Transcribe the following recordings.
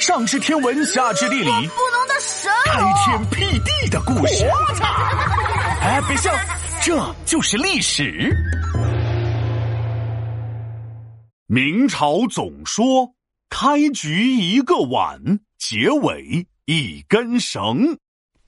上知天文，下知地理， 不能的神开天辟地的故事。哎，别笑，这就是历史。明朝总说，开局一个碗，结尾一根绳。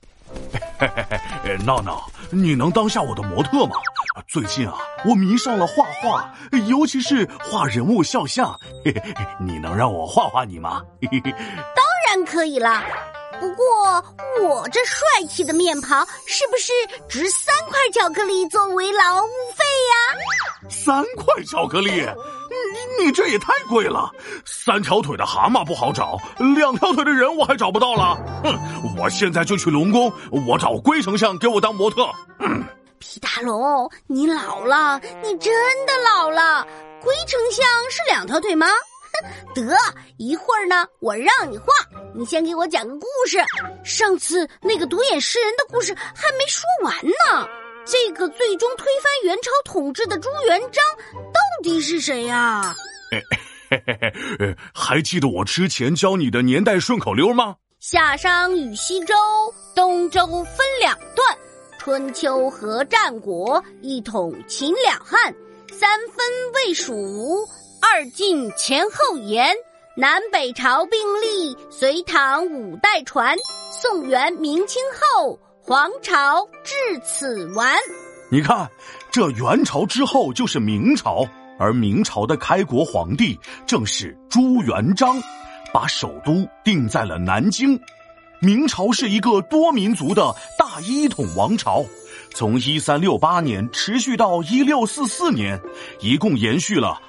闹闹，你能当下我的模特吗？最近我迷上了画画，尤其是画人物肖像。你能让我画画你吗？ 当然可以了，不过我这帅气的面庞是不是值3块巧克力作为劳务费呀 ？3块巧克力？你这也太贵了！3条腿的蛤蟆不好找，2条腿的人我还找不到了。我现在就去龙宫，我找龟丞相给我当模特。 皮大龙，你老了，你真的老了。龟丞相是2条腿吗？得，一会儿呢，我让你画，你先给我讲个故事。上次那个独眼诗人的故事还没说完呢。这个最终推翻元朝统治的朱元璋到底是谁呀？ 还记得我之前教你的年代顺口溜吗？ 夏商与西周，东周分2段，春秋和战国，一统秦2汉，3分魏蜀吴，2晋前后延，南北朝并立，隋唐5代传，宋元明清后，皇朝至此完。 你看，这元朝之后就是明朝，而明朝的开国皇帝正是朱元璋，把首都定在了南京。明朝是一个多民族的大一统王朝，从1368年持续到1644年，一共延续了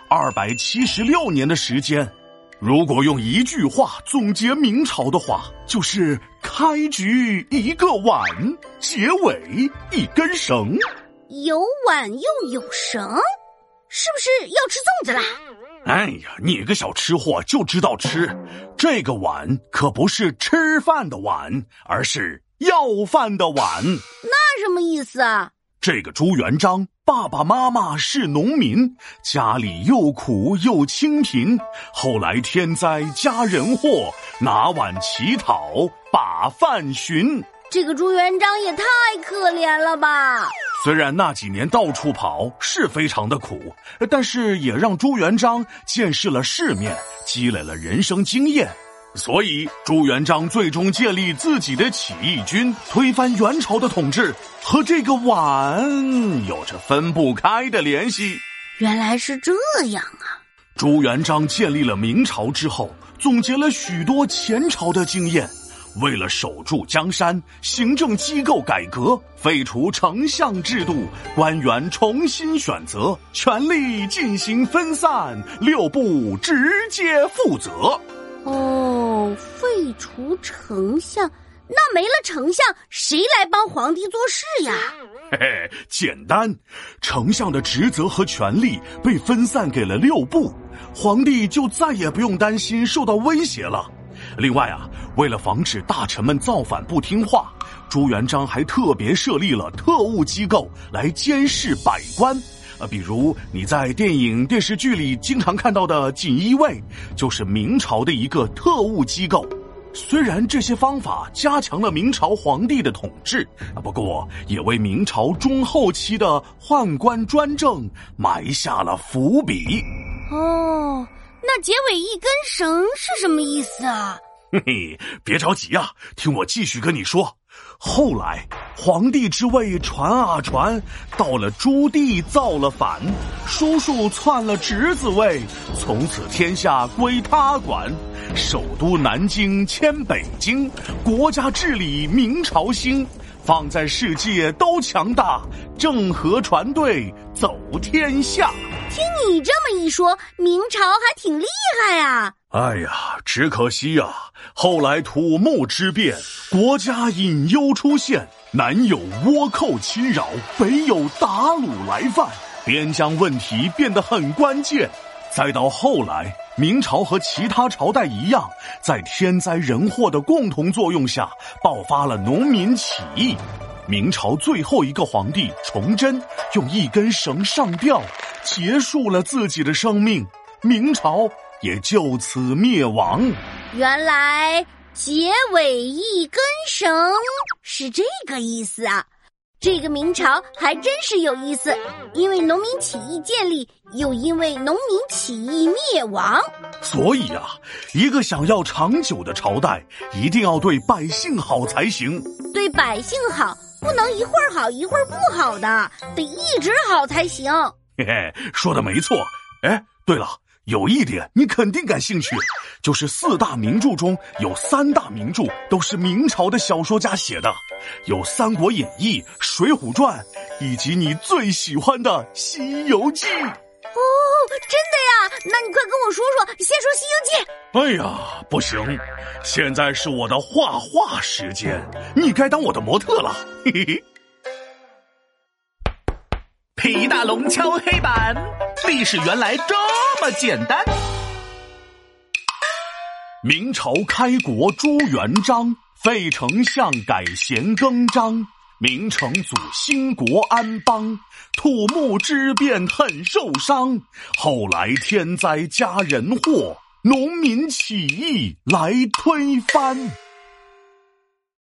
276年的时间。如果用一句话总结明朝的话，就是开局一个碗，结尾一根绳。 有碗又有绳，是不是要吃粽子啦？ 哎呀，你个小吃货就知道吃，这个碗可不是吃饭的碗，而是要饭的碗。 那什么意思啊？ 这个朱元璋爸爸妈妈是农民，家里又苦又清贫，后来天灾加人祸，拿碗乞讨把饭寻。 这个朱元璋也太可怜了吧。 虽然那几年到处跑是非常的苦，但是也让朱元璋见识了世面，积累了人生经验。所以朱元璋最终建立自己的起义军，推翻元朝的统治，和这个碗有着分不开的联系。 原来是这样啊。 朱元璋建立了明朝之后，总结了许多前朝的经验，为了守住江山，行政机构改革，废除丞相制度，官员重新选择，权力进行分散，6部直接负责。 废除丞相，那没了丞相，谁来帮皇帝做事呀？ 简单，丞相的职责和权力被分散给了6部，皇帝就再也不用担心受到威胁了。另外为了防止大臣们造反不听话，朱元璋还特别设立了特务机构来监视百官。比如你在电影电视剧里经常看到的锦衣卫，就是明朝的一个特务机构。虽然这些方法加强了明朝皇帝的统治，不过也为明朝中后期的宦官专政埋下了伏笔。 那结尾一根绳是什么意思啊？ 别着急听我继续跟你说。后来皇帝之位传传，到了朱棣造了反，叔叔篡了侄子位，从此天下归他管，首都南京迁北京，国家治理明朝兴，放在世界都强大，政和船队走天下。 听你这么一说，明朝还挺厉害啊。 哎呀，只可惜后来土木之变，国家隐忧出现，南有倭寇侵扰，北有鞑虏来犯，边疆问题变得很关键。再到后来，明朝和其他朝代一样，在天灾人祸的共同作用下，爆发了农民起义。明朝最后一个皇帝崇祯用一根绳上吊，结束了自己的生命，明朝也就此灭亡。 原来结尾一根绳是这个意思啊！这个明朝还真是有意思，因为农民起义建立，又因为农民起义灭亡。 所以啊，一个想要长久的朝代，一定要对百姓好才行。 对百姓好，不能一会儿好一会儿不好的，得一直好才行。 嘿嘿，说的没错。哎，对了，有一点你肯定感兴趣，就是4大名著中有3大名著都是明朝的小说家写的，有《三国演义》、《水浒传》，以及你最喜欢的《西游记》。 哦，真的呀？那你快跟我说说，先说《西游记》。 哎呀，不行，现在是我的画画时间，你该当我的模特了。嘿嘿嘿。 皮大龙敲黑板，历史原来这么简单。 明朝开国朱元璋，废丞相改弦更张，明成祖兴国安邦，土木之变很受伤，后来天灾加人祸，农民起义来推翻。